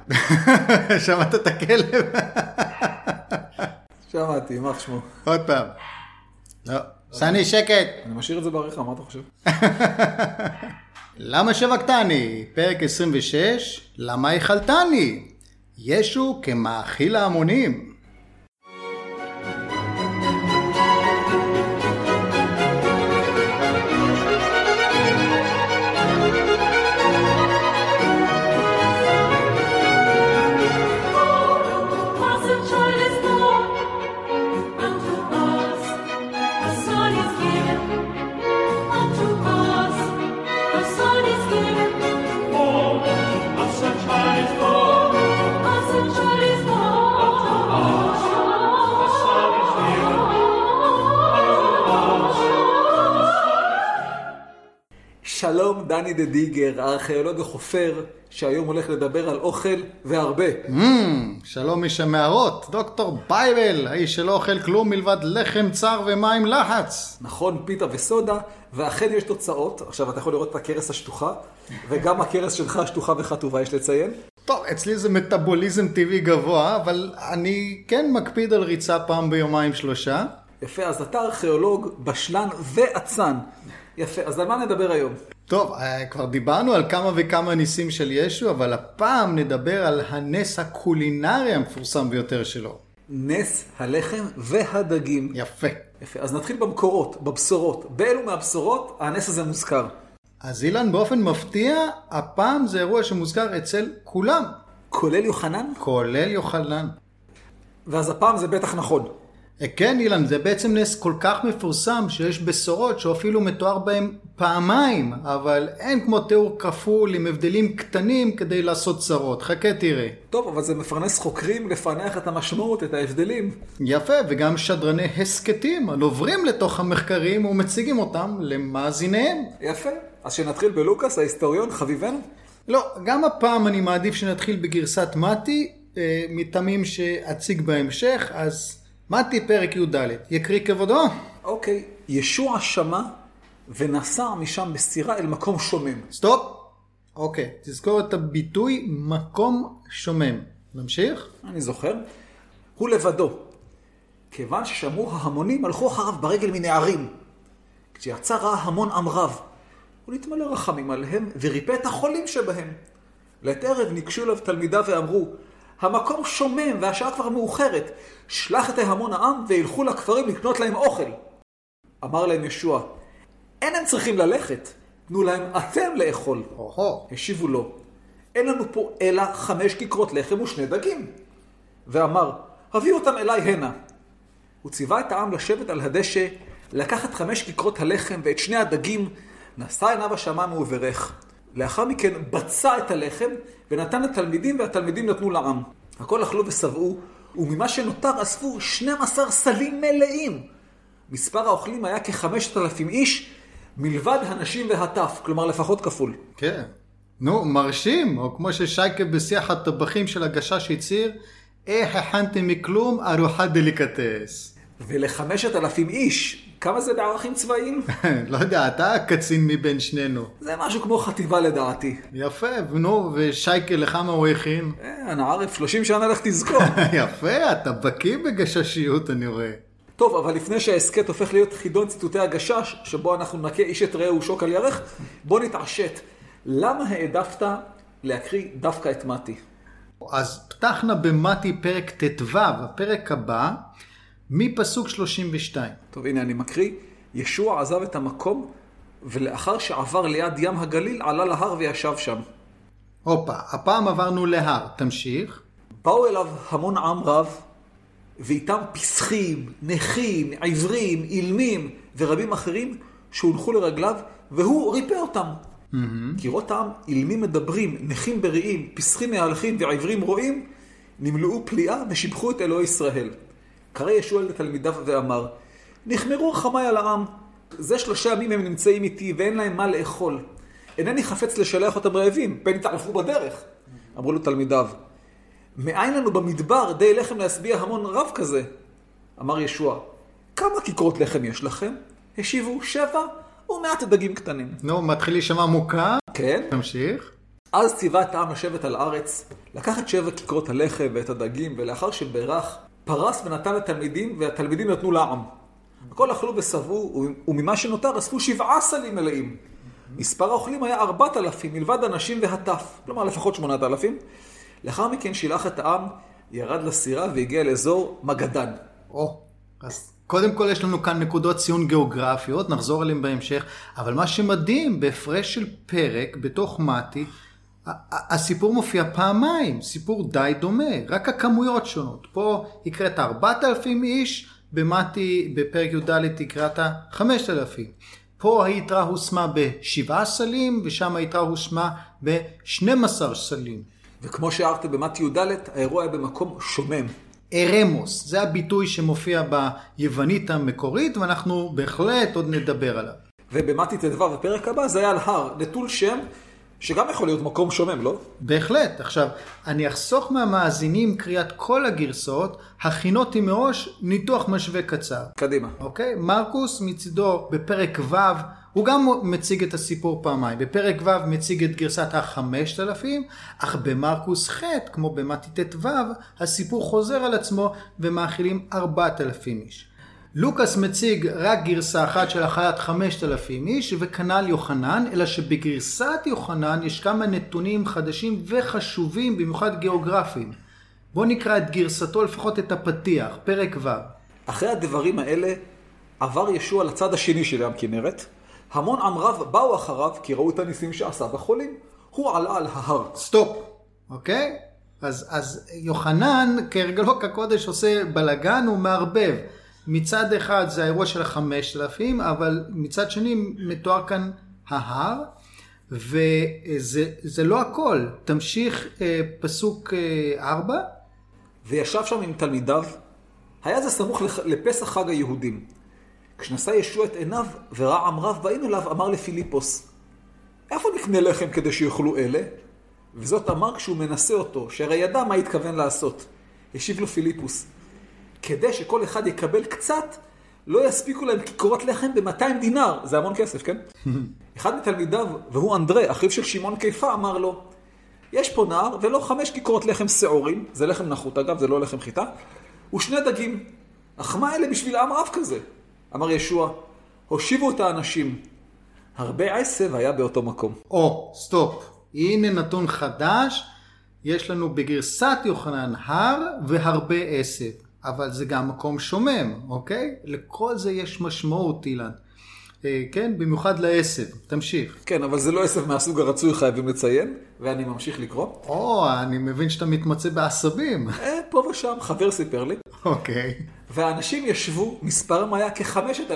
שמעת את הכלב? שמעתי, מה שמו? עוד פעם. לא. סני, שקט. אני משאיר את זה בעריכה, מה אתה חושב? למה שבקתני? פרק 26. למה החלטני? ישו כמאכיל ההמונים. שלום, דני דה דיגר, הארכיאולוג החופר, שהיום הולך לדבר על אוכל והרבה. שלום איש המערות, דוקטור בייבל, האיש שלא אוכל כלום מלבד לחם צר ומים לחץ. נכון, פיתה וסודה, ואכן יש תוצאות. עכשיו אתה יכול לראות את הכרס השטוחה, וגם הכרס שלך השטוחה וחטובה, יש לציין. טוב, אצלי זה מטאבוליזם טבעי גבוה, אבל אני כן מקפיד על ריצה פעם ביומיים 3. יפה, אז אתה ארכיאולוג, בשלן ועצן. יפה, אז על מה נדבר היום? טוב, כבר דיברנו על כמה וכמה ניסים של ישו, אבל הפעם נדבר על הנס הקולינרי המפורסם ביותר שלו. נס הלחם והדגים. יפה. יפה, אז נתחיל במקורות, בבשורות. באלו מהבשורות הנס הזה מוזכר. אז אילן, באופן מפתיע, הפעם זה אירוע שמוזכר אצל כולם. כולל יוחנן? כולל יוחנן. ואז הפעם זה בטח נכון. כן, אילן, זה בעצם נס כל כך מפורסם שיש בשורות שאפילו מתואר בהם פעמיים, אבל אין כמו תיאור כפול עם הבדלים קטנים כדי לעשות צרות. חכה תראה. טוב, אבל זה מפרנס חוקרים לפענח את המשמעות, את ההבדלים. יפה, וגם שדרני הסקטים עוברים לתוך המחקרים ומציגים אותם למאזיניהם. יפה, אז שנתחיל בלוקאס, ההיסטוריון, חביבנו? לא, גם הפעם אני מעדיף שנתחיל בגרסת מתי, מטעמים שאציג בהמשך, אז מתי פרק י"ד, יקריא כבודו. אוקיי, ישוע שמע ונסע משם בסירה אל מקום שומם. סטופ. אוקיי, תזכור את הביטוי מקום שומם. נמשיך? אני זוכר. הוא לבדו. כיוון ששמעו ההמונים, הלכו אחריו ברגל מנערים. כשיצא ראה המון עם רב. הוא נתמלא רחמים עליהם וריפא את החולים שבהם. לעת ערב ניגשו אליו תלמידיו ואמרו, המקום שומם והשעה כבר מאוחרת. שלח את ההמון העם וילכו לכפרים לקנות להם אוכל. אמר להם ישוע, אין הם צריכים ללכת, תנו להם אתם לאכול. השיבו לו, אין לנו פה אלא 5 כיכרות לחם ו2 דגים. ואמר, הביאו אותם אליי הנה. הוא ציווה את העם לשבת על הדשא, לקחת 5 כיכרות הלחם ואת 2 הדגים, נשא עיניו השמיים וברך. לאחר מכן בצע את הלחם ונתן לתלמידים והתלמידים נתנו לעם. הכל אכלו ושבעו, וממה שנותר אספו 12 סלים מלאים. מספר האוכלים היה כ5,000 איש, מלבד הנשים והטף, כלומר לפחות כפול. כן. נו, מרשים, או כמו ששייקה בשיח הטבחים של הגשש הצהיר, איך הכנתם מכלום ארוחה דליקטס. ול5,000 איש, כמה זה בערכים צבאיים? לא יודע, אתה הקצין מבין שנינו. זה משהו כמו חטיבה לדעתי. יפה, נו, ושייקה לכמה הוא הכין? אני ערף 30 שנה לך תזכור. יפה, אתה בקיא בגששיות אני רואה. טוב, אבל לפני שהעסקת הופך להיות חידון ציטוטי הגשש, שבו אנחנו נקה איש את רעהו שוק על ירך, בוא נתעשת. למה העדפת להקריא דווקא את מתי? אז פתחנה במתי פרק ט"ו, הפרק הבא, מפסוק 32. טוב, הנה אני מקריא. ישוע עזב את המקום, ולאחר שעבר ליד ים הגליל, עלה להר וישב שם. הופה, הפעם עברנו להר, תמשיך. באו אליו המון עם רב, ואיתם פסחים, נכים, עיוורים, אילמים ורבים אחרים שהונחו לרגליו, והוא ריפא אותם. קירות העם, אילמים מדברים, נכים בריאים, פסחים מהלכים ועיוורים רואים, נמלאו פליאה ושיבחו את אלוהי ישראל. קרא ישוע לתלמידיו ואמר, נחמרו רחמי על העם, זה 3 ימים הם נמצאים איתי ואין להם מה לאכול. אינני חפץ לשלח אותם רעבים, פן יתעלפו בדרך. אמרו לו תלמידיו, מאין לנו במדבר די לחם להשביע המון רב כזה? אמר ישוע, כמה כיכרות לחם יש לכם? השיבו 7 ומעט דגים קטנים. נו, מתחיל להישמע מוכר. כן. תמשיך. אז ציווה את העם לשבת על הארץ, לקח את 7 כיכרות הלחם ואת הדגים, ולאחר שברך, פרס ונתן לתלמידים, והתלמידים נתנו לעם. הכל אכלו וסבו, וממה שנותר אספו 7 סלים מלאים. מספר האוכלים היה 4,000, מלבד אנשים והטף, כלומר לפחות 8,000. לאחר מכן שילח את העם, ירד לסירה והגיע לאזור מגדן. אז קודם כל יש לנו כאן נקודות ציון גיאוגרפיות, נחזור אליהם בהמשך, אבל מה שמדהים, בהפרש של פרק בתוך מתי, הסיפור מופיע פעמיים, סיפור די דומה, רק הכמויות שונות. פה הקראת 4,000 איש, במתי בפרק י"ד הקראת 5,000. פה היתרה הושמה ב7 סלים, ושם היתרה הושמה ב12 סלים. וכמו שהערת במתי י"ד, האירוע היה במקום שומם. ארמוס, זה הביטוי שמופיע ביוונית המקורית, ואנחנו בהחלט עוד נדבר עליו. ובמתי ט"ו בפרק הבא זה היה על הר, נטול שם, שגם יכול להיות מקום שומם, לא? בהחלט. עכשיו, אני אחסוך מהמאזינים קריאת כל הגרסאות, הכינותי מראש ניתוח משווה קצר. קדימה. אוקיי? מרקוס מצידו בפרק ו' הוא גם מציג את הסיפור פעמיים. בפרק ו' מציג את גרסת ה-5,000, אך במרקוס ח', כמו במתי ט"ו, הסיפור חוזר על עצמו ומאכילים 4,000 איש. לוקאס מציג רק גרסה אחת של אכלת 5,000 איש, וכנ"ל יוחנן, אלא שבגרסת יוחנן יש כמה נתונים חדשים וחשובים, במיוחד גיאוגרפיים. בואו נקרא את גרסתו, לפחות את הפתיח, פרק ו'. אחרי הדברים האלה עבר ישוע לצד השני של ים כנרת. המון עם רב באו אחריו כי ראו את הניסים שעשה בחולים. הוא עלה על ההר. סטופ, אוקיי? אז יוחנן כהרגלו כקודש עושה בלגן ומערבב. מצד אחד זה האירוע של 5,000, אבל מצד שני מתואר כאן ההר, וזה לא הכל. תמשיך פסוק 4. וישב שם עם תלמידיו, היה זה סמוך לפסח חג היהודים. כשנשא ישוע את עיניו וראה עם רב באים אליו, אמר לפיליפוס, איפה נקנה לחם כדי שיאכלו אלה? וזאת אמר כשהוא מנסה אותו, שהרי ידע מה התכוון לעשות. השיב לו פיליפוס, כדי שכל אחד יקבל קצת, לא יספיקו להם כיכרות לחם ב200 דינר. זה המון כסף, כן? אחד מתלמידיו, והוא אנדרי, אחיו של שמעון קיפה, אמר לו, יש פה נער ולא 5 כיכרות לחם שעורים, זה לחם נחות אגב, זה לא לחם חיטה, ו2 דגים. אך מה אלה בשביל עם רב כזה? אמר ישוע, הושיבו את האנשים. הרבה עשב היה באותו מקום. סטופ. הנה נתון חדש. יש לנו בגרסת יוחנן הר והרבה עשב. אבל זה גם מקום שומם, אוקיי? לכל זה יש משמעות, אילן. כן? במיוחד לעשב. תמשיך. כן, אבל זה לא עשב מהסוג הרצוי, חייבים לציין, ואני ממשיך לקרוא. אני מבין שאתה מתמצא בעשבים. פה ושם, חבר סיפר לי. אוקיי. והאנשים ישבו, מספרם היה כ5,000.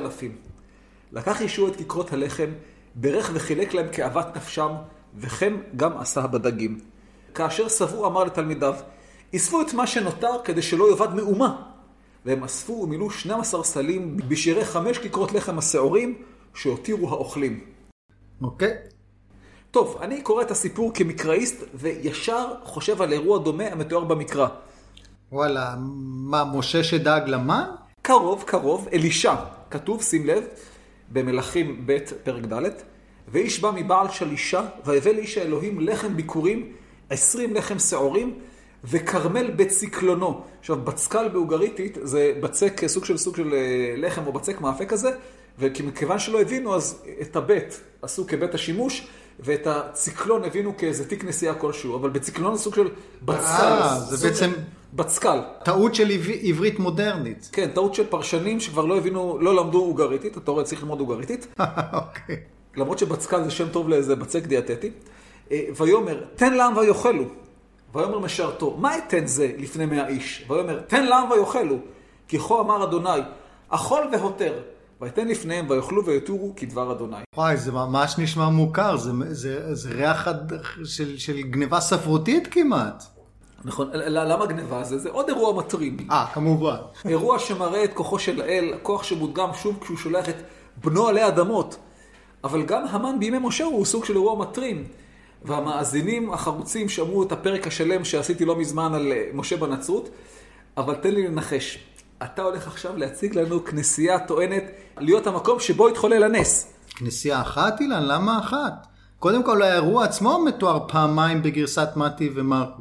לקח ישוע את כיכרות הלחם, ברך וחילק להם כאוות נפשם, וכן גם עשה בדגים. כאשר סבו אמר לתלמידיו, אספו את מה שנותר כדי שלא יאבד מאומה. והם אספו ומילאו 12 סלים בשירי 5 כיכרות לחם השעורים שהותירו האוכלים. אוקיי. טוב, אני קורא את הסיפור כמקראיסט וישר חושב על אירוע דומה המתואר במקרא. וואלה, מה, משה שדאג למן? קרוב, אלישע. כתוב, שים לב, במלכים ב' פרק ד', ואיש בא מבעל שלישה, ויבא לאיש האלוהים לחם ביקורים, 20 לחם שעורים, וקרמל בציקלונו. עכשיו, בצקל באוגריתית זה בצק, סוג של לחם או בצק מאפה כזה, וכיוון שלא הבינו, אז את הבית עשו כבית השימוש, ואת הציקלון הבינו כאיזה תיק נסיעה כלשהו, אבל בציקלון זה סוג של בצקל. זה בעצם בצקל. טעות של עברית מודרנית. כן, טעות של פרשנים שכבר לא הבינו, לא למדו אוגריתית, אתה רואה, צריך ללמוד אוגריתית. אוקיי. למרות שבצקל זה שם טוב לאיזה בצק דיאטטי. ויאמר, תן לעם ויאכלו. ויאמר משרתו, מה אתן זה לפני 100 איש? ויאמר, תן לעם ויאכלו, כי כה אמר אדוני, אכול והותר. ויתן לפניהם ויאכלו ויתורו כדבר אדוני. וואי, זה ממש נשמע מוכר, זה ריח של גניבה ספרותית כמעט. נכון, למה גניבה? זה עוד אירוע מטרים. כמובן. אירוע שמראה את כוחו של האל, כוח שמודגם שוב כשהוא שולח את בנו עלי אדמות. אבל גם המן בימי משה הוא סוג של אירוע מטרים. והמאזינים החרוצים שמעו את הפרק השלם שעשיתי לא מזמן על משה בנצרות. אבל תן לי לנחש. אתה הולך עכשיו להציג לנו כנסייה טוענת להיות המקום שבו התחולל הנס. כנסייה אחת, אילן? למה אחת? קודם כל, האירוע עצמו מתואר פעמיים בגרסת מתי ומרקוס.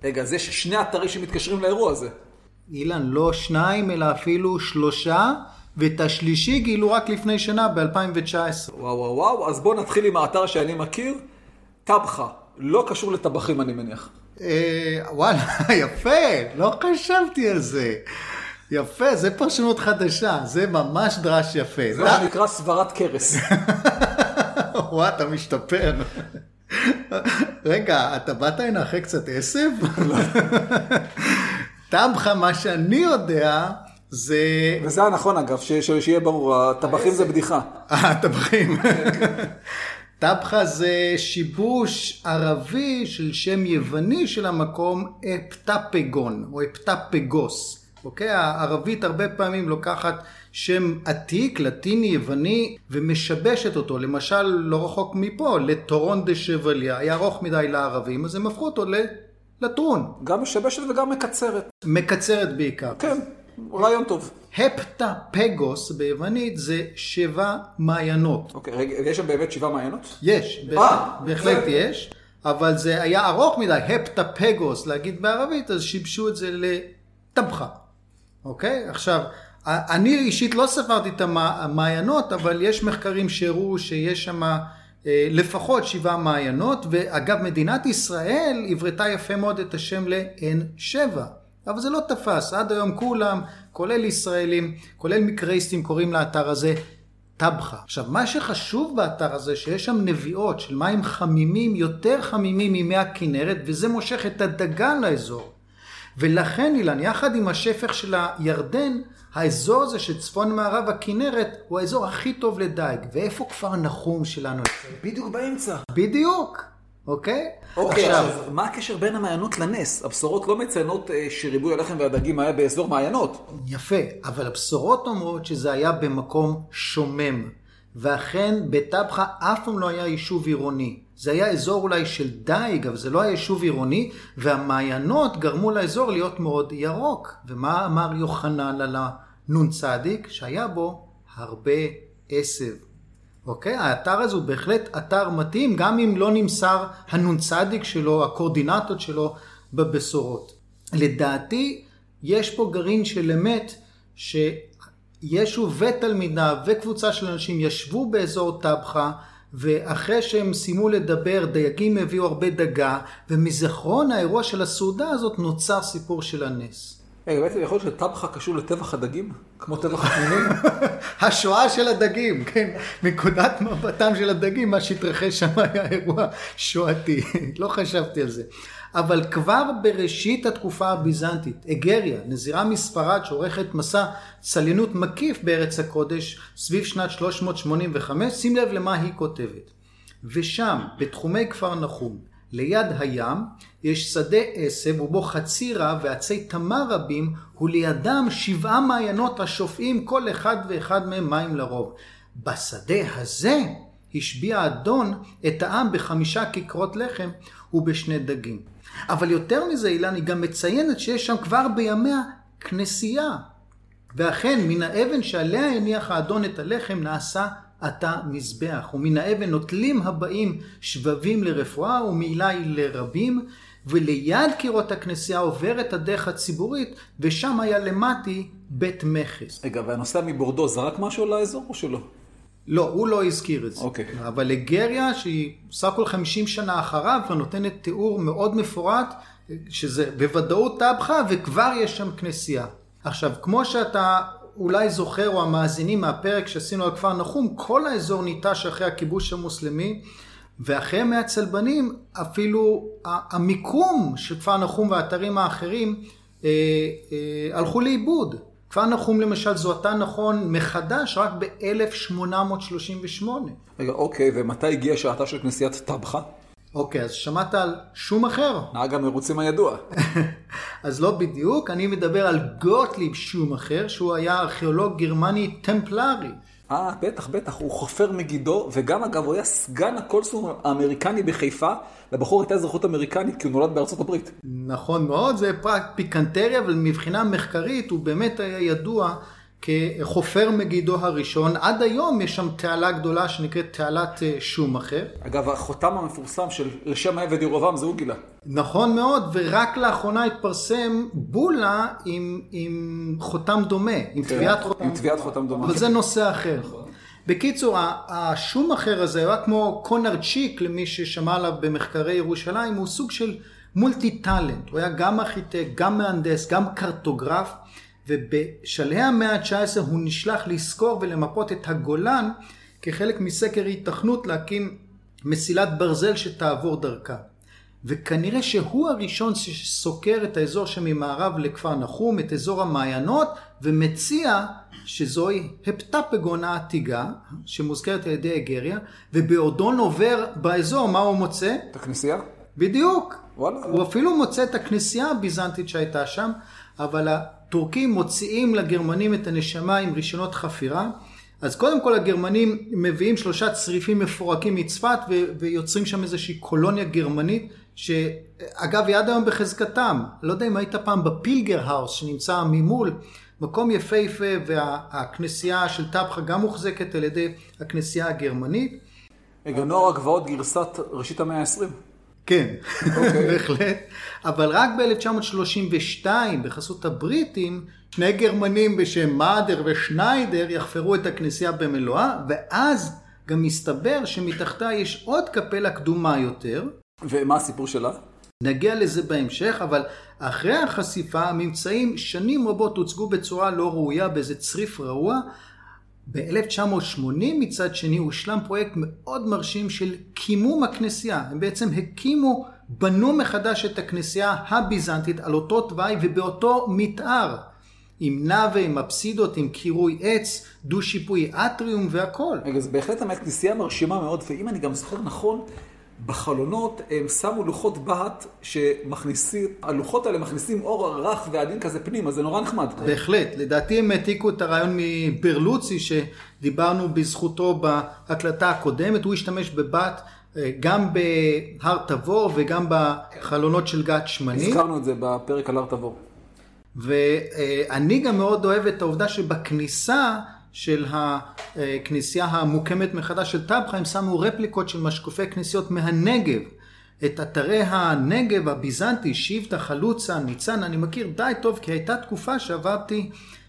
רגע, אז יש שני אתרים שמתקשרים לאירוע הזה. אילן, לא 2 אלא אפילו 3, ואת השלישי גילו רק לפני שנה, ב-2019. וואו וואו וואו, אז בוא נתחיל עם האתר שאני מכיר, טבחה. לא קשור לטבחים אני מניח. וואלה, יפה, לא חשבתי על זה. יפה, זה פרשנות חדשה, זה ממש דרש יפה. זה מה שנקרא סברת קרס. וואו, אתה משתפר. רגע, אתה באת הנה אחרי קצת עשב? טבחה, מה שאני יודע, זה... וזה הנכון אגב, שיהיה ברור, הטבחים זה בדיחה. הטבחים. טבחה זה שיבוש ערבי של שם יווני של המקום אפטפגון, או אפטפגוס. אוקיי? הערבית הרבה פעמים לוקחת שם עתיק, לטיני, יווני, ומשבשת אותו. למשל, לא רחוק מפה, לטורון דה שווליה. היה ארוך מדי לערבים, אז הם הפכו אותו לטרון. גם משבשת וגם מקצרת. מקצרת בעיקר. כן, רעיון טוב. הפטפגוס ביוונית זה 7 מעיינות. אוקיי, רגע, יש שם באמת 7 מעיינות? יש, בהחלט יש. אבל זה היה ארוך מדי, הפטפגוס, להגיד בערבית, אז שיבשו את זה לטבחה. אוקיי? עכשיו, אני אישית לא ספרתי את המעיינות, אבל יש מחקרים שהראו שיש שם לפחות 7 מעיינות, ואגב, מדינת ישראל עברתה יפה מאוד את השם ל-N7. אבל זה לא תפס. עד היום כולם, כולל ישראלים, כולל מקרייסטים, קוראים לאתר הזה טבחה. עכשיו, מה שחשוב באתר הזה, שיש שם נביאות של מים חמימים, יותר חמימים ממי הכנרת, וזה מושך את הדגה לאזור. ולכן, אילן, יחד עם השפך של הירדן, האזור הזה שצפון מערב הכנרת, הוא האזור הכי טוב לדייג. ואיפה כפר נחום שלנו? בדיוק באמצע. בדיוק. אוקיי? אוקיי, עכשיו, מה הקשר בין המעיינות לנס? הבשורות לא מציינות שריבוי הלחם והדגים היה באזור מעיינות. יפה, אבל הבשורות אומרות שזה היה במקום שומם. ואכן, בטבחה אף פעם לא היה יישוב עירוני. זה היה אזור אולי של דייג, אבל זה לא היה יישוב עירוני, והמעיינות גרמו לאזור להיות מאוד ירוק. ומה אמר יוחנן על הנון צדיק? שהיה בו הרבה עשב. אוקיי? האתר הזה הוא בהחלט אתר מתאים, גם אם לא נמסר הנון צדיק שלו, הקורדינטות שלו בבשורות. לדעתי, יש פה גרעין של אמת, שישו ותלמידיו וקבוצה של אנשים ישבו באזור טבחה, ואחרי שהם סיימו לדבר, דייגים הביאו הרבה דגה, ומזכרון האירוע של הסעודה הזאת נוצר סיפור של הנס. בעצם יכול להיות שטבחה קשור לטבח הדגים? כמו טבח הפנינים? השואה של הדגים, כן. מנקודת מבטם של הדגים, מה שהתרחש שם היה אירוע שואתי. לא חשבתי על זה. אבל כבר בראשית התקופה הביזנטית, אגריה, נזירה מספרד שעורכת מסע צליינות מקיף בארץ הקודש, סביב שנת 385, שים לב למה היא כותבת. ושם, בתחומי כפר נחום, ליד הים, יש שדה עשב ובו חצי רב ועצי תמר רבים, ולידם 7 מעיינות השופעים כל אחד ואחד מהם מים לרוב. בשדה הזה השביע אדון את העם ב5 כיכרות לחם וב2 דגים. אבל יותר מזה, אילן, היא גם מציינת שיש שם כבר בימיה כנסייה. ואכן, מן האבן שעליה הניח האדון את הלחם נעשה עתה מזבח, ומן האבן נוטלים הבאים שבבים לרפואה ומעילה היא לרבים, וליד קירות הכנסייה עוברת הדרך הציבורית, ושם היה למטי בית מכס. רגע, והנוסע מבורדו זרק משהו לאזור או שלא? לא, הוא לא הזכיר את זה. אוקיי. אבל אגריה, שהיא סך הכל 50 שנה אחריו, ונותנת תיאור מאוד מפורט, שזה בוודאות טבחה, וכבר יש שם כנסייה. עכשיו, כמו שאתה אולי זוכר, או המאזינים מהפרק שעשינו על כפר נחום, כל האזור ניטש אחרי הכיבוש המוסלמי, ואחרי מהצלבנים, אפילו המיקום של כפר נחום והאתרים האחרים הלכו לאיבוד. כפר נחום למשל זוהתה נכון מחדש רק ב-1838. רגע, אוקיי, ומתי הגיעה שעתה של כנסיית טבחה? אוקיי, אז שמעת על שום אחר? נהג המרוצים הידוע. אז לא בדיוק, אני מדבר על גוטליב שום אחר, שהוא היה ארכיאולוג גרמני טמפלרי. בטח, הוא חופר מגידו, וגם אגב הוא היה סגן הקונסול האמריקני בחיפה, לבחור הייתה אזרחות אמריקנית, כי הוא נולד בארצות הברית. נכון מאוד, זה פיקנטריה, אבל מבחינה מחקרית הוא באמת היה ידוע כחופר מגידו הראשון. עד היום יש שם תעלה גדולה שנקראת תעלת שומאכר. אגב, החותם המפורסם של לשם העבד ירבעם זה הוא גילה. נכון מאוד, ורק לאחרונה התפרסם בולה עם חותם דומה, עם טביעת חותם. עם טביעת חותם דומה. אבל זה נושא אחר. בקיצור, השומאכר הזה, רק כמו קונרד שיק, למי ששמע עליו במחקרי ירושלים, הוא סוג של מולטי טלנט. הוא היה גם ארכיטקט, גם מהנדס, גם קרטוגרף, ובשלהי המאה ה-19 הוא נשלח לזכור ולמפות את הגולן כחלק מסקר התכנות להקים מסילת ברזל שתעבור דרכה. וכנראה שהוא הראשון שסוקר את האזור שממערב לכפר נחום, את אזור המעיינות, ומציע שזוהי הפטפגונה העתיגה, שמוזכרת על ידי אגריה, ובעודון עובר באזור, מה הוא מוצא? את הכנסייה? בדיוק. וואלה. הוא אפילו מוצא את הכנסייה הביזנטית שהייתה שם, אבל הטורקים מוציאים לגרמנים את הנשמה עם רישיונות חפירה. אז קודם כל הגרמנים מביאים 3 צריפים מפורקים מצפת ויוצרים שם איזושהי קולוניה גרמנית שאגב יד היום בחזקתם. לא יודע אם היית פעם בפילגר האוס שנמצא ממול, מקום יפהפה, והכנסייה של טבחה גם מוחזקת על ידי הכנסייה הגרמנית. נוער הגבעות גרסת ראשית המאה ה-20. כן, בהחלט. אבל רק ב-1932, בחסות הבריטים, 2 גרמנים בשם מאדר ושניידר יחפרו את הכנסייה במלואה, ואז גם מסתבר שמתחתה יש עוד קפלה קדומה יותר. ומה הסיפור שלה? נגיע לזה בהמשך, אבל אחרי החשיפה, הממצאים שנים רבות הוצגו בצורה לא ראויה, באיזה צריף רעוע. ב-1980 מצד שני הושלם פרויקט מאוד מרשים של קימום הכנסייה. הם בעצם בנו מחדש את הכנסייה הביזנטית על אותו תוואי ובאותו מתאר. עם נאווה, עם אפסידות, עם קירוי עץ, דו שיפוי אטריום והכל. רגע, זה בהחלט כנסייה מרשימה מאוד, ואם אני גם זוכר נכון, בחלונות הם שמו לוחות בהט שמכניסים, הלוחות האלה מכניסים אור רך ועדין כזה פנים, אז זה נורא נחמד. בהחלט, לדעתי הם העתיקו את הרעיון מברלוצי שדיברנו בזכותו בהקלטה הקודמת, הוא השתמש בבת גם בהר תבור וגם בחלונות של גת שמני. הזכרנו את זה בפרק על הר תבור. ואני גם מאוד אוהב את העובדה שבכניסה של הכנסייה המוקמת מחדש של טבחה, הם שמו רפליקות של משקופי כנסיות מהנגב. את אתרי הנגב הביזנטי, שבטה, חלוצה, ניצן, אני מכיר די טוב, כי הייתה תקופה שעברתי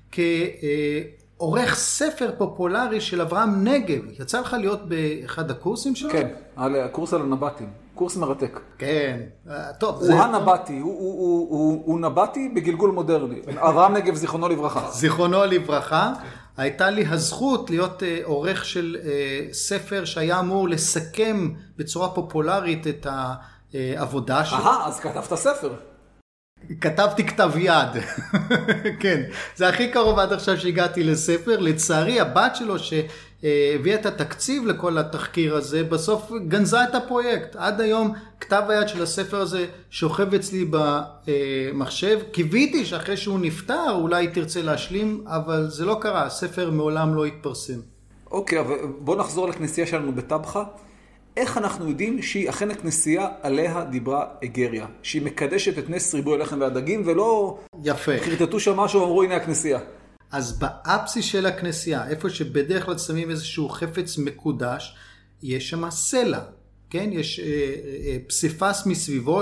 כעורך ספר פופולרי של אברהם נגב. יצא לך להיות באחד הקורסים שלו? כן, הקורס על הנבטים. קורס מרתק. כן, טוב. הוא הנבטי, הוא נבטי בגלגול מודרני. אברהם נגב, זיכרונו לברכה. זיכרונו לברכה. הייתה לי הזכות להיות עורך של ספר שהיה אמור לסכם בצורה פופולרית את העבודה שלו. אז כתבת ספר. כתבתי כתב יד. כן, זה הכי קרוב עד עכשיו שהגעתי לספר. לצערי, הבת שלו שהביאה את התקציב לכל התחקיר הזה, בסוף גנזה את הפרויקט. עד היום כתב היד של הספר הזה שוכב אצלי במחשב. קיוויתי שאחרי שהוא נפטר אולי תרצה להשלים, אבל זה לא קרה. הספר מעולם לא התפרסם. אוקיי, אבל בוא נחזור לכנסייה שלנו בטבחה. איך אנחנו יודעים שהיא אכן הכנסייה עליה דיברה אגריה? שהיא מקדשת את נס ריבוי הלחם והדגים ולא... יפה. חרטטו שם משהו ואמרו הנה הכנסייה. אז באפסי של הכנסייה, איפה שבדרך כלל שמים איזשהו חפץ מקודש, יש שם סלע. כן? יש פסיפס מסביבו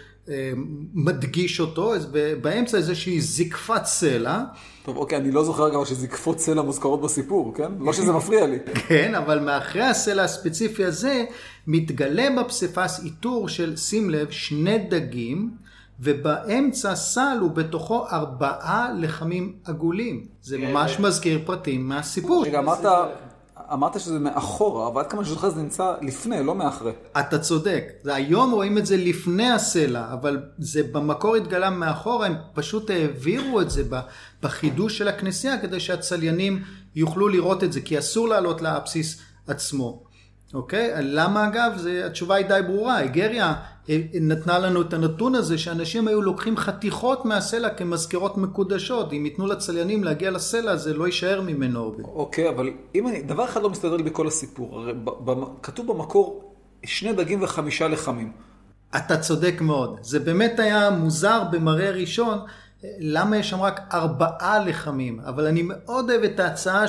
שמדגיש אותו, אז באמצע איזושהי זקפת סלע. טוב, אוקיי, אני לא זוכר גם שזקפות סלע מוזכרות בסיפור, כן? לא שזה מפריע לי. כן, אבל מאחרי הסלע הספציפי הזה, מתגלה בפסיפס איתור של, שים לב, 2 דגים, ובאמצע סל ובתוכו 4 לחמים עגולים. זה ממש מזכיר פרטים מהסיפור. רגע, אמרת שזה מאחורה, אבל עד כמה שזוכר זה נמצא לפני, לא מאחרי. אתה צודק. היום רואים את זה לפני הסלע, אבל זה במקור התגלה מאחורה, הם פשוט העבירו את זה בחידוש של הכנסייה, כדי שהצליינים יוכלו לראות את זה, כי אסור לעלות לאפסיס עצמו. אוקיי? למה אגב? התשובה היא די ברורה. אגריה נתנה לנו את הנתון הזה, שאנשים היו לוקחים חתיכות מהסלע כמזכירות מקודשות. אם ייתנו לצליינים להגיע לסלע, זה לא יישאר ממנו הרבה. אוקיי, אבל דבר אחד לא מסתדר לי בכל הסיפור. הרי כתוב במקור 2 דגים ו5 לחמים. אתה צודק מאוד. זה באמת היה מוזר במראה ראשון, למה יש שם רק 4 לחמים? אבל אני מאוד אוהב את ההצעה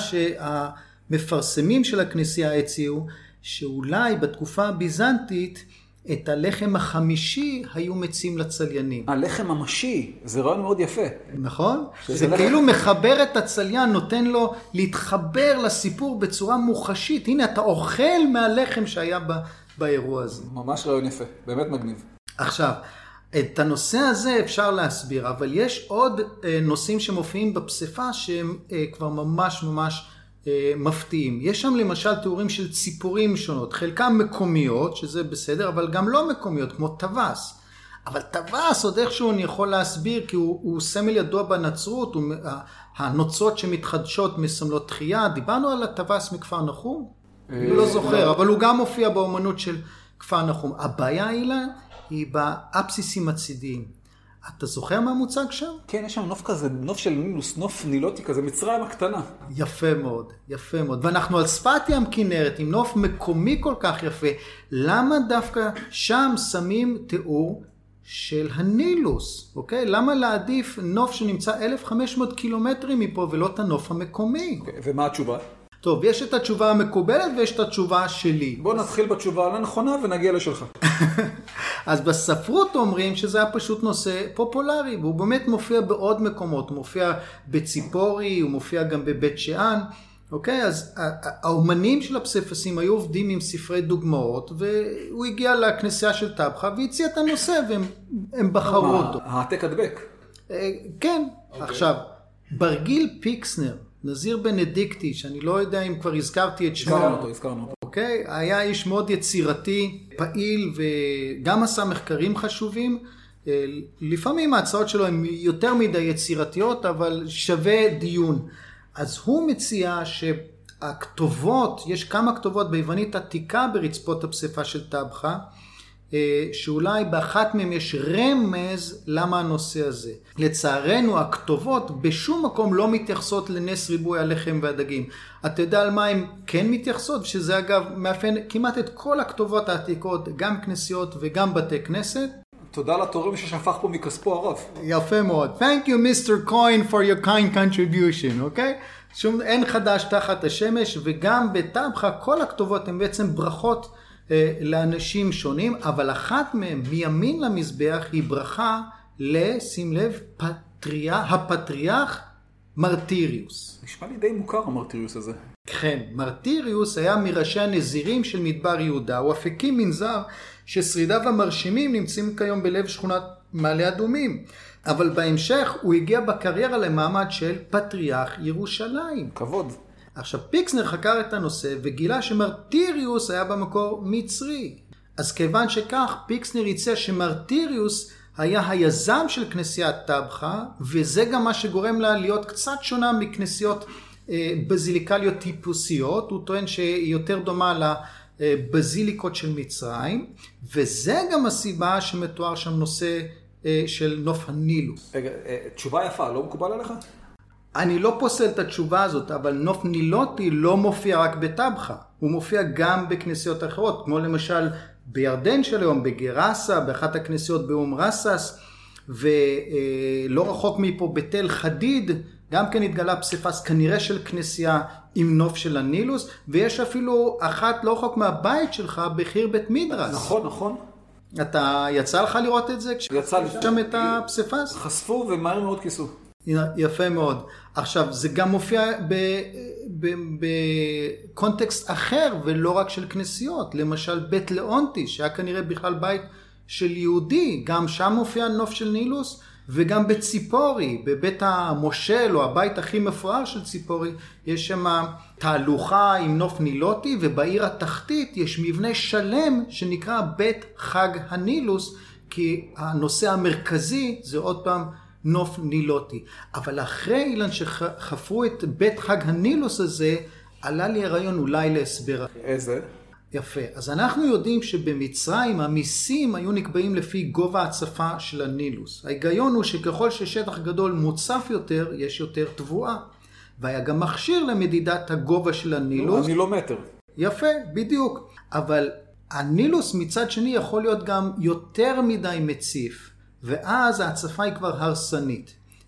שהמפרסמים של הכנסייה הציעו, שאולי בתקופה הביזנטית, את הלחם החמישי היו מציעים לצליינים. הלחם המשי, זה רעיון מאוד יפה. נכון? זה כאילו מחבר את הצליין, נותן לו להתחבר לסיפור בצורה מוחשית. הנה, אתה אוכל מהלחם שהיה באירוע הזה. ממש רעיון יפה, באמת מגניב. עכשיו, את הנושא הזה אפשר להסביר, אבל יש עוד נושאים שמופיעים בפסיפה שהם כבר ממש מפתיעים. יש שם למשל תיאורים של ציפורים שונות, חלקם מקומיות, שזה בסדר, אבל גם לא מקומיות, כמו טווס. אבל טווס עוד איכשהו אני יכול להסביר, כי הוא סמל ידוע בנצרות, הנוצות שמתחדשות מסמלות תחייה. דיברנו על הטווס מכפר נחום? אני לא זוכר, אבל הוא גם מופיע באומנות של כפר נחום. הבעיה היא באבסיסים הצידיים. אתה זוכר מה מוצג שם? כן, יש שם נוף כזה, נוף של נילוס, נוף נילוטי כזה, מצרים הקטנה. יפה מאוד, יפה מאוד. ואנחנו על שפת ים כנרת, עם נוף מקומי כל כך יפה. למה דווקא שם שמים תיאור של הנילוס? אוקיי? למה להעדיף נוף שנמצא 1,500 קילומטרים מפה ולא את הנוף המקומי? ומה התשובה? טוב, יש את התשובה המקובלת ויש את התשובה שלי. בוא נתחיל בתשובה הנכונה ונגיע לשלך. אז בספרות אומרים שזה היה פשוט נושא פופולרי, והוא באמת מופיע בעוד מקומות. הוא מופיע בציפורי, הוא מופיע גם בבית שאן. אוקיי? אז האומנים של הפסיפסים היו עובדים עם ספרי דוגמאות, והוא הגיע לכנסייה של טבחה והציע את הנושא, והם בחרו אותו. העתק הדבק. כן. עכשיו, ברגיל פיקסנר, נזיר בנדיקטי, שאני לא יודע אם כבר הזכרתי את שמו. הזכרנו אותו. אוקיי? היה איש מאוד יצירתי, פעיל, וגם עשה מחקרים חשובים. לפעמים ההצעות שלו הן יותר מדי יצירתיות, אבל שווה דיון. אז הוא מציע שהכתובות, יש כמה כתובות ביוונית עתיקה ברצפות הפסיפה של טבחה, שאולי באחת מהם יש רמז למה הנושא הזה. לצערנו הכתובות בשום מקום לא מתייחסות לנס ריבוי הלחם והדגים. אתה יודע על מה הן כן מתייחסות? שזה אגב מאפיין כמעט את כל הכתובות העתיקות, גם כנסיות וגם בתי כנסת. תודה לתורם ששפך פה מכספו הרב. יפה מאוד. Thank you Mr. Coin for your kind contribution, אוקיי? אין חדש תחת השמש, וגם בטבחה כל הכתובות הן בעצם ברכות לאנשים שונים, אבל אחת מהם מימין למזבח היא ברכה שים לב, הפטריארך מרטיריוס. נשמע לי די מוכר המרטיריוס הזה. כן, מרטיריוס היה מראשי הנזירים של מדבר יהודה, הוא אף הקים מנזר ששרידיו המרשימים נמצאים כיום בלב שכונת מעלה אדומים, אבל בהמשך הוא הגיע בקריירה למעמד של פטריארך ירושלים. כבוד. עכשיו פיקסנר חקר את הנושא וגילה שמרטיריוס היה במקור מצרי. אז כיוון שכך פיקסנר הציע שמרטיריוס היה היזם של כנסיית טבחה, וזה גם מה שגורם לה להיות קצת שונה מכנסיות בזיליקליות טיפוסיות. הוא טוען שהיא יותר דומה לבזיליקות של מצרים, וזה גם הסיבה שמתואר שם נושא של נוף הנילוס. רגע, תשובה יפה, לא מקובל עליך? אני לא פוסל את התשובה הזאת, אבל נוף נילוטי לא מופיע רק בטבחה. הוא מופיע גם בכנסיות אחרות, כמו למשל בירדן של היום, בגרסה, באחת הכנסיות באום רסס, ולא רחוק מפה בתל חדיד, גם כן התגלה פסיפס כנראה של כנסייה עם נוף של הנילוס, ויש אפילו אחת לא רחוק מהבית שלך בחיר בית מדרס. נכון, נכון. אתה יצא לך לראות את זה? יצא לי. שם את הפסיפס? חשפו ומהר מאוד כיסו. יפה מאוד. עכשיו, זה גם מופיע בקונטקסט אחר, ולא רק של כנסיות. למשל, בית לאונטי, שהיה כנראה בכלל בית של יהודי, גם שם מופיע נוף של נילוס, וגם בציפורי, בבית המושל, או הבית הכי מפואר של ציפורי, יש שם תהלוכה עם נוף נילוטי, ובעיר התחתית יש מבנה שלם שנקרא בית חג הנילוס, כי הנושא המרכזי זה עוד פעם נוף נילוטי. אבל אחרי אילן שחפרו את בית חג הנילוס הזה, עלה לי הרעיון אולי להסבר. איזה? יפה. אז אנחנו יודעים שבמצרים המיסים היו נקבעים לפי גובה הצפה של הנילוס. ההיגיון הוא שככל ששטח גדול מוצף יותר, יש יותר תבואה. והיה גם מכשיר למדידת הגובה של הנילוס. הנילומטר. יפה, בדיוק. אבל הנילוס מצד שני יכול להיות גם יותר מדי מציף. ואז ההצפה היא כבר הרסנית.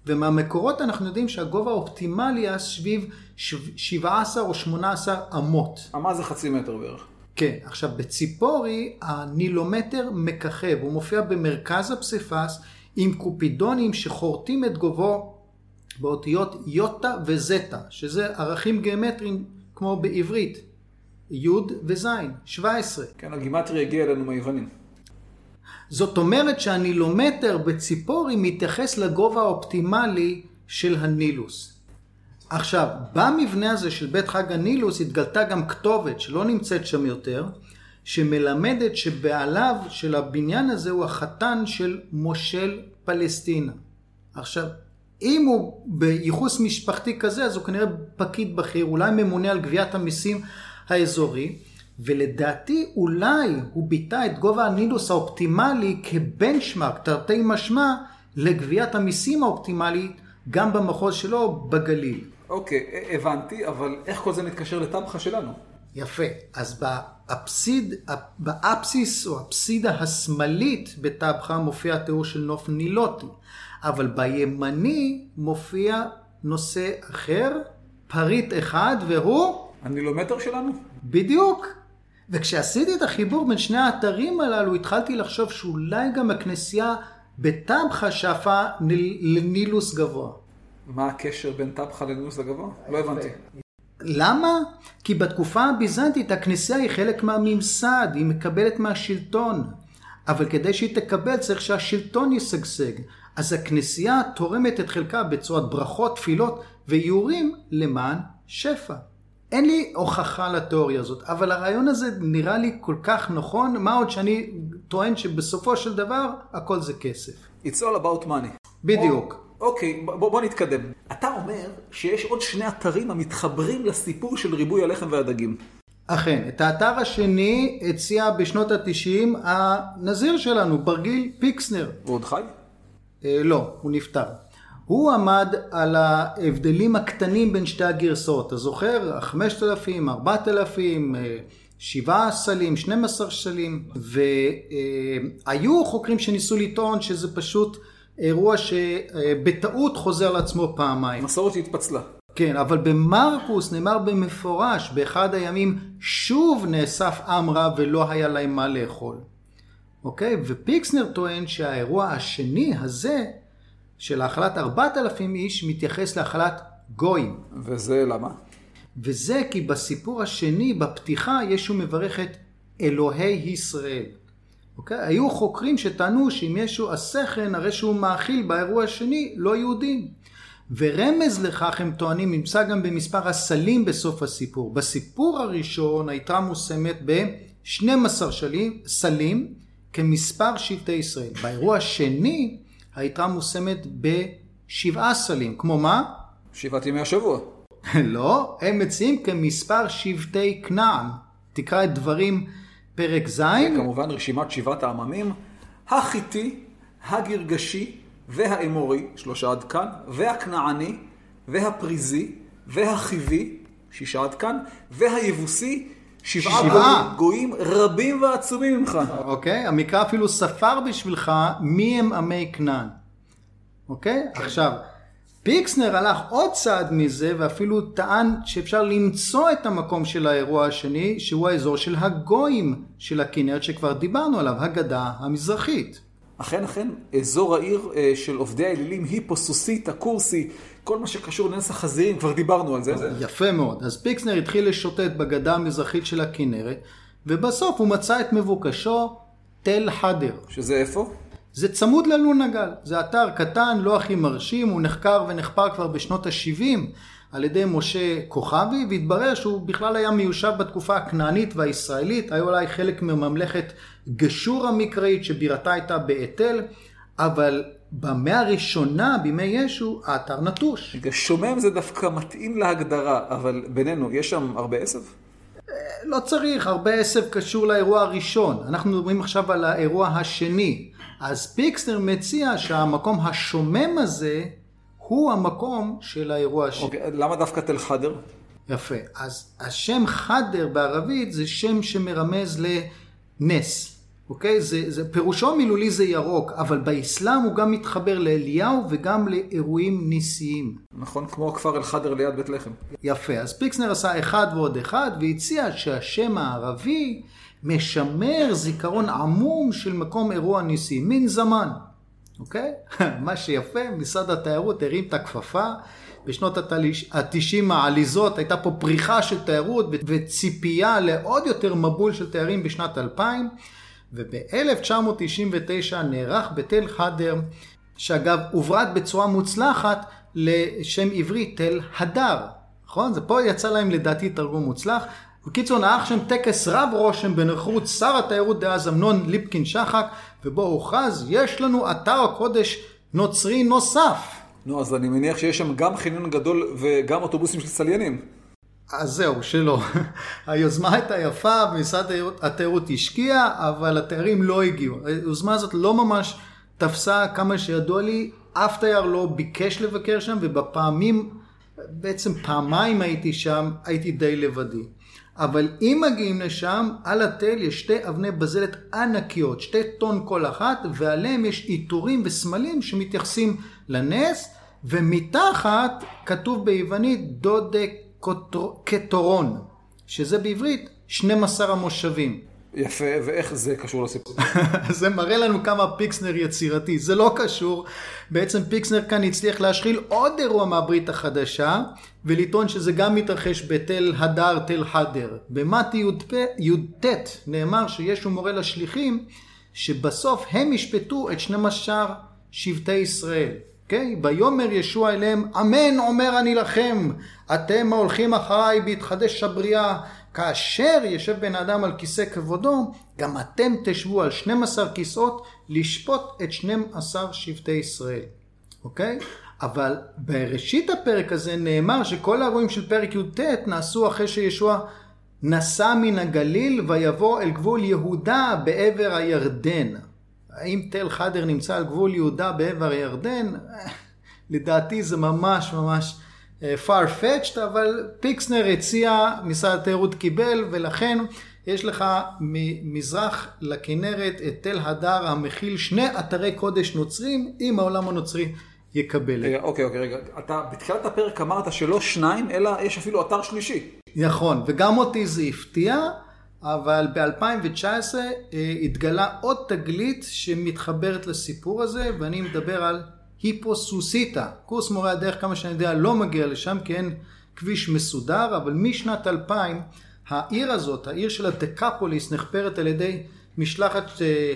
ומהמקורות אנחנו יודעים שהגובה האופטימלי היה סביב 17 או 18 אמות. אמה זה חצי מטר בערך. כן, עכשיו בציפורי הנילומטר מככב, הוא מופיע במרכז הפסיפס עם קופידונים שחורטים את גובהו באותיות יוטה וזטה, שזה ערכים גיאומטריים כמו בעברית, י' וז', 17. כן, הגימטריה הגיעה אלינו מהיוונים. זאת אומרת שהנילומטר בציפורי מתייחס לגובה האופטימלי של הנילוס. עכשיו, במבנה הזה של בית חג הנילוס התגלתה גם כתובת שלא נמצאת שם יותר, שמלמדת שבעליו של הבניין הזה הוא החתן של מושל פלסטינה. עכשיו, אם הוא בייחוס משפחתי כזה, אז הוא כנראה פקיד בכיר, אולי ממונה על גביית המיסים האזורי, ולדעתי אולי הוא ביטא את גובה הנילוס האופטימלי כבנצ'מרק, תרתי משמע, לגביית המיסים האופטימלית, גם במחוז שלו בגליל. אוקיי, הבנתי, אבל איך כל זה מתקשר לטבחה שלנו? יפה, אז באפסיס או הפסידה השמאלית בטבחה מופיע התיאור של נוף נילוטי, אבל בימני מופיע נושא אחר, פריט אחד, והוא? הנילומטר שלנו? בדיוק. וכשעשיתי את החיבור בין שני האתרים הללו, התחלתי לחשוב שאולי גם הכנסייה בטבחה שאפה לנילוס גבוה. מה הקשר בין טבחה לנילוס הגבוה? לא הבנתי. למה? כי בתקופה הביזנטית הכנסייה היא חלק מהממסד, היא מקבלת מהשלטון. אבל כדי שהיא תקבל צריך שהשלטון ישגשג. אז הכנסייה תורמת את חלקה בצורת ברכות, תפילות ואיורים למען שפע. אין לי הוכחה לתיאוריה הזאת, אבל הרעיון הזה נראה לי כל כך נכון, מה עוד שאני טוען שבסופו של דבר הכל זה כסף. It's all about money. בדיוק. אוקיי, בוא נתקדם. אתה אומר שיש עוד שני אתרים המתחברים לסיפור של ריבוי הלחם והדגים. אכן, את האתר השני הציע בשנות ה-90 הנזיר שלנו, ברגיל פיקסנר. הוא עוד חי? לא, הוא נפטר. הוא עמד על ההבדלים הקטנים בין שתי הגרסאות. אתה זוכר? 5,000, 4,000, 7 סלים, 12 סלים. והיו חוקרים שניסו לטעון שזה פשוט אירוע שבטעות חוזר לעצמו פעמיים. מסורת שהתפצלה. כן, אבל במרקוס נאמר במפורש, באחד הימים שוב נאסף עם רב ולא היה להם מה לאכול. אוקיי? ופיקסנר טוען שהאירוע השני הזה, של האכלת 4,000 איש, מתייחס לאכלת גויים. וזה למה? וזה כי בסיפור השני, בפתיחה, ישו מברך את אלוהי ישראל. אוקיי? היו חוקרים שטענו שאם ישו עשה כן, הרי שהוא מאכיל באירוע השני לא יהודים. ורמז לכך הם טוענים, נמצא גם במספר הסלים בסוף הסיפור. בסיפור הראשון היתרה מושמת ב-12 סלים כמספר שבטי ישראל. באירוע השני היתרה מושמת ב7 סלים. כמו מה? 7 ימי השבוע. לא, הם מציעים כמספר שבטי כנען. תקרא את דברים פרק ז'. וכמובן רשימת 7 העממים, החיתי, הגרגשי והאמורי, 3 עד כאן, והכנעני, והפריזי, והחיבי, 6 עד כאן, והיבוסי, 7 גויים רבים ועצומים ממך. אוקיי, המקרא אפילו ספר בשבילך מי הם עמי כנען. אוקיי? עכשיו, פיקסנר הלך עוד צעד מזה, ואפילו טען שאפשר למצוא את המקום של האירוע השני, שהוא האזור של הגויים של הכנרת שכבר דיברנו עליו, הגדה המזרחית. אכן, אזור העיר של עובדי האלילים, היפו, סוסיתא, קורסי, כל מה שקשור לנס החזירים, כבר דיברנו על זה. יפה מאוד. אז פיקסנר התחיל לשוטט בגדה המזרחית של הכנרת, ובסוף הוא מצא את מבוקשו, תל חדר. שזה איפה? זה צמוד ללונגל. זה אתר קטן, לא הכי מרשים, הוא נחקר ונחפר כבר בשנות ה-70 על ידי משה כוכבי, והתברר שהוא בכלל היה מיושב בתקופה הכנענית והישראלית, היה אולי חלק מממלכת גשור המקראית שבירתה הייתה באתל, אבל במאה הראשונה, בימי ישו, האתר נטוש. שומם זה דווקא מתאים להגדרה, אבל בינינו, יש שם הרבה עשב? לא צריך, הרבה עשב קשור לאירוע הראשון. אנחנו מדברים עכשיו על האירוע השני. אז פיקסנר מציע שהמקום השומם הזה הוא המקום של האירוע השני. אוקיי, למה דווקא תל חדר? יפה. אז השם חדר בערבית זה שם שמרמז לנס. אוקיי? פירושו מילולי זה ירוק, אבל באסלאם הוא גם מתחבר לאליהו וגם לאירועים ניסיים. נכון, כמו הכפר אל-חדר ליד בית לחם. יפה, אז פיקסנר עשה אחד ועוד אחד, והציע שהשם הערבי משמר זיכרון עמום של מקום אירוע ניסי, מין זמן. אוקיי? מה שיפה, משרד התיירות הרים את הכפפה, בשנות ה-90 העליזות הייתה פה פריחה של תיירות וציפייה לעוד יותר מבול של תיירים בשנת 2000, וב-1999 נערך בתל חדר, שאגב הוברד בצורה מוצלחת לשם עברי תל הדר. נכון? זה פה יצא להם לדעתי תרגום מוצלח. בקיצור נערך שם טקס רב רושם בנוכחות שר התיירות דאז אמנון ליפקין שחק, ובו הוכרז יש לנו אתר הקודש נוצרי נוסף. נו, אז אני מניח שיש שם גם חניון גדול וגם אוטובוסים של צליינים. אז זהו, שלא. היוזמה הייתה יפה, ומשרד התיירות השקיע, אבל התיירים לא הגיעו. היוזמה הזאת לא ממש תפסה, כמה שידוע לי, אף תייר לא ביקש לבקר שם, ובפעמים, בעצם פעמיים הייתי שם, הייתי די לבדי. אבל אם מגיעים לשם, על התל יש שתי אבני בזלת ענקיות, 2 טון כל אחת, ועליהם יש עיטורים וסמלים שמתייחסים לנס, ומתחת כתוב ביוונית דודקטורון, שזה בעברית 12 המושבים. יפה, ואיך זה קשור לסיפור? זה מראה לנו כמה פיקסנר יצירתי, זה לא קשור. בעצם פיקסנר כאן הצליח להשחיל עוד אירוע מהברית החדשה, ולטעון שזה גם מתרחש בתל הדר, תל חדר. במתי י"ט נאמר שישו מורה לשליחים, שבסוף הם ישפטו את 12 שבטי ישראל. Okay? ביומר ישוע אליהם, אמן אומר אני לכם, אתם ההולכים אחריי בהתחדש הבריאה, כאשר ישב בן אדם על כיסא כבודו, גם אתם תשבו על 12 כיסאות לשפוט את 12 שבטי ישראל. אוקיי? אבל בראשית הפרק הזה נאמר שכל האירועים של פרק י"ט נעשו אחרי שישוע נסע מן הגליל ויבוא אל גבול יהודה בעבר הירדן. האם תל חדר נמצא על גבול יהודה בעבר הירדן? לדעתי זה ממש far-fetched, אבל פיקסנר הציע, משרד התיירות קיבל, ולכן יש לך ממזרח לכנרת את תל הדר המכיל 2 אתרי קודש נוצרים, אם העולם הנוצרי יקבל. אוקיי, רגע. אתה בתחילת הפרק אמרת שלא 2, אלא יש אפילו אתר שלישי. נכון, וגם אותי זה הפתיע, אבל ב-2019 התגלה עוד תגלית שמתחברת לסיפור הזה, ואני מדבר על היפוסוסיטה. קורס מורי הדרך, כמה שאני יודע, לא מגיע לשם, כי אין כביש מסודר, אבל משנת 2000, העיר הזאת, העיר של הדקפוליס, נחפרת על ידי משלחת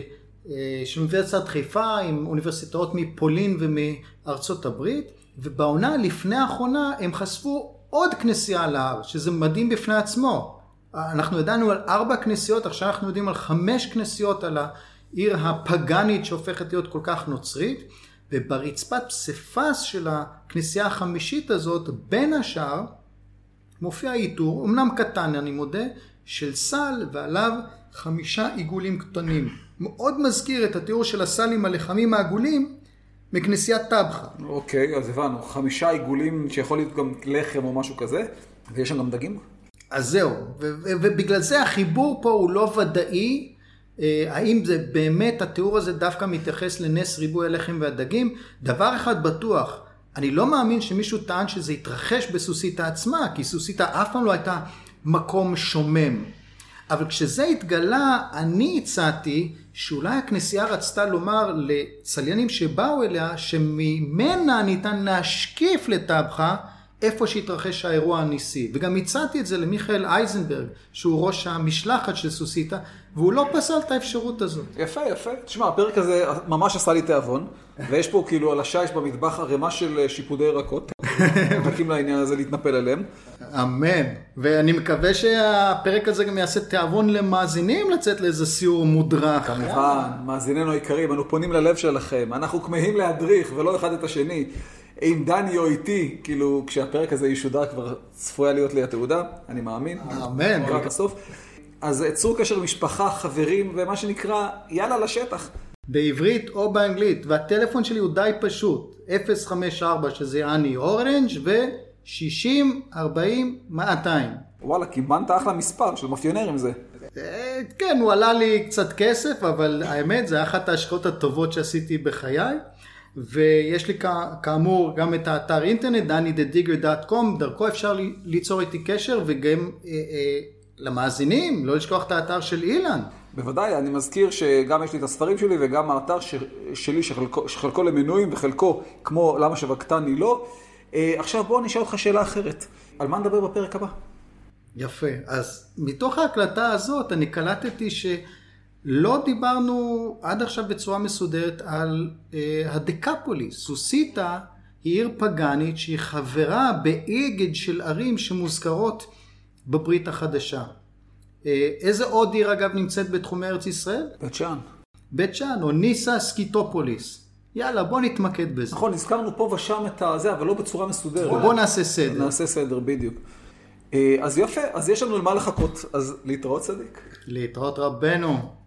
של אוניברסיטת חיפה, עם אוניברסיטאות מפולין ומארצות הברית, ובעונה לפני האחרונה הם חשפו עוד כנסייה על ההר, שזה מדהים בפני עצמו. אנחנו ידענו על 4 כנסיות, עכשיו אנחנו יודעים על 5 כנסיות על העיר הפגנית שהופכת להיות כל כך נוצרית, וברצפת פסיפס של הכנסייה החמישית הזאת, בין השאר, מופיע עיטור, אמנם קטן אני מודה, של סל ועליו 5 עיגולים קטנים. מאוד מזכיר את התיאור של הסל עם הלחמים העגולים מכנסיית טבחה. אוקיי, אז הבנו, 5 עיגולים שיכול להיות גם לחם או משהו כזה, ויש שם גם דגים? אז זהו, ובגלל זה החיבור פה הוא לא ודאי, האם זה באמת התיאור הזה דווקא מתייחס לנס ריבוי הלחם והדגים? דבר אחד בטוח, אני לא מאמין שמישהו טען שזה יתרחש בסוסיתא עצמה, כי סוסיתא אף פעם לא הייתה מקום שומם. אבל כשזה התגלה, אני הצעתי שאולי הכנסייה רצתה לומר לצליינים שבאו אליה, שממנה ניתן להשקיף לטבחה, איפה שהתרחש האירוע הניסי. וגם הצעתי את זה למיכאל אייזנברג, שהוא ראש המשלחת של סוסיתא, והוא לא פסל את האפשרות הזאת. יפה. תשמע, הפרק הזה ממש עשה לי תיאבון, ויש פה כאילו על השיש במטבח ערימה של שיפודי ירקות. מחכים לעניין הזה להתנפל עליהם. אמן. ואני מקווה שהפרק הזה גם יעשה תיאבון למאזינים לצאת לאיזה סיור מודרך. כמובן, מאזיננו היקרים, אנו פונים ללב שלכם. אנחנו כמהים להדריך ולא אחד את השני. אם דני או איתי, כאילו, כשהפרק הזה ישודר כבר צפויה להיות לי התעודה, אני מאמין. אמן. רק הסוף. אז צרו קשר משפחה, חברים, ומה שנקרא, יאללה לשטח. בעברית או באנגלית, והטלפון שלי הוא די פשוט, 054 שזה אני אורנג' ו-60-40-200. וואלה, קיבלת אחלה מספר של מאפיונרים זה. כן, הוא עלה לי קצת כסף, אבל האמת, זה אחת ההשקעות הטובות שעשיתי בחיי, ויש לי כאמור גם את האתר אינטרנט, dannythedigger.com, דרכו אפשר ליצור איתי קשר, וגם למאזינים, לא לשכוח את האתר של אילן. בוודאי, אני מזכיר שגם יש לי את הספרים שלי, וגם האתר שלי שחלקו למנויים, וחלקו כמו למה שבקטני לא. עכשיו בוא נשאל אותך שאלה אחרת. על מה נדבר בפרק הבא? יפה. אז מתוך ההקלטה הזאת אני קלטתי שלא דיברנו עד עכשיו בצורה מסודרת על הדקפוליס. סוסיתה היא עיר פגנית שהיא חברה באגד של ערים שמוזכרות בברית החדשה. איזה עוד עיר אגב נמצאת בתחומי ארץ ישראל? בית שאן. בית שאן או ניסה סקיטופוליס. יאללה, בוא נתמקד בזה. נכון, הזכרנו פה ושם את זה, אבל לא בצורה מסודרת. בוא נעשה סדר. נעשה סדר, בדיוק. אז יפה, אז יש לנו למה לחכות. אז להתראות צדיק. להתראות רבנו.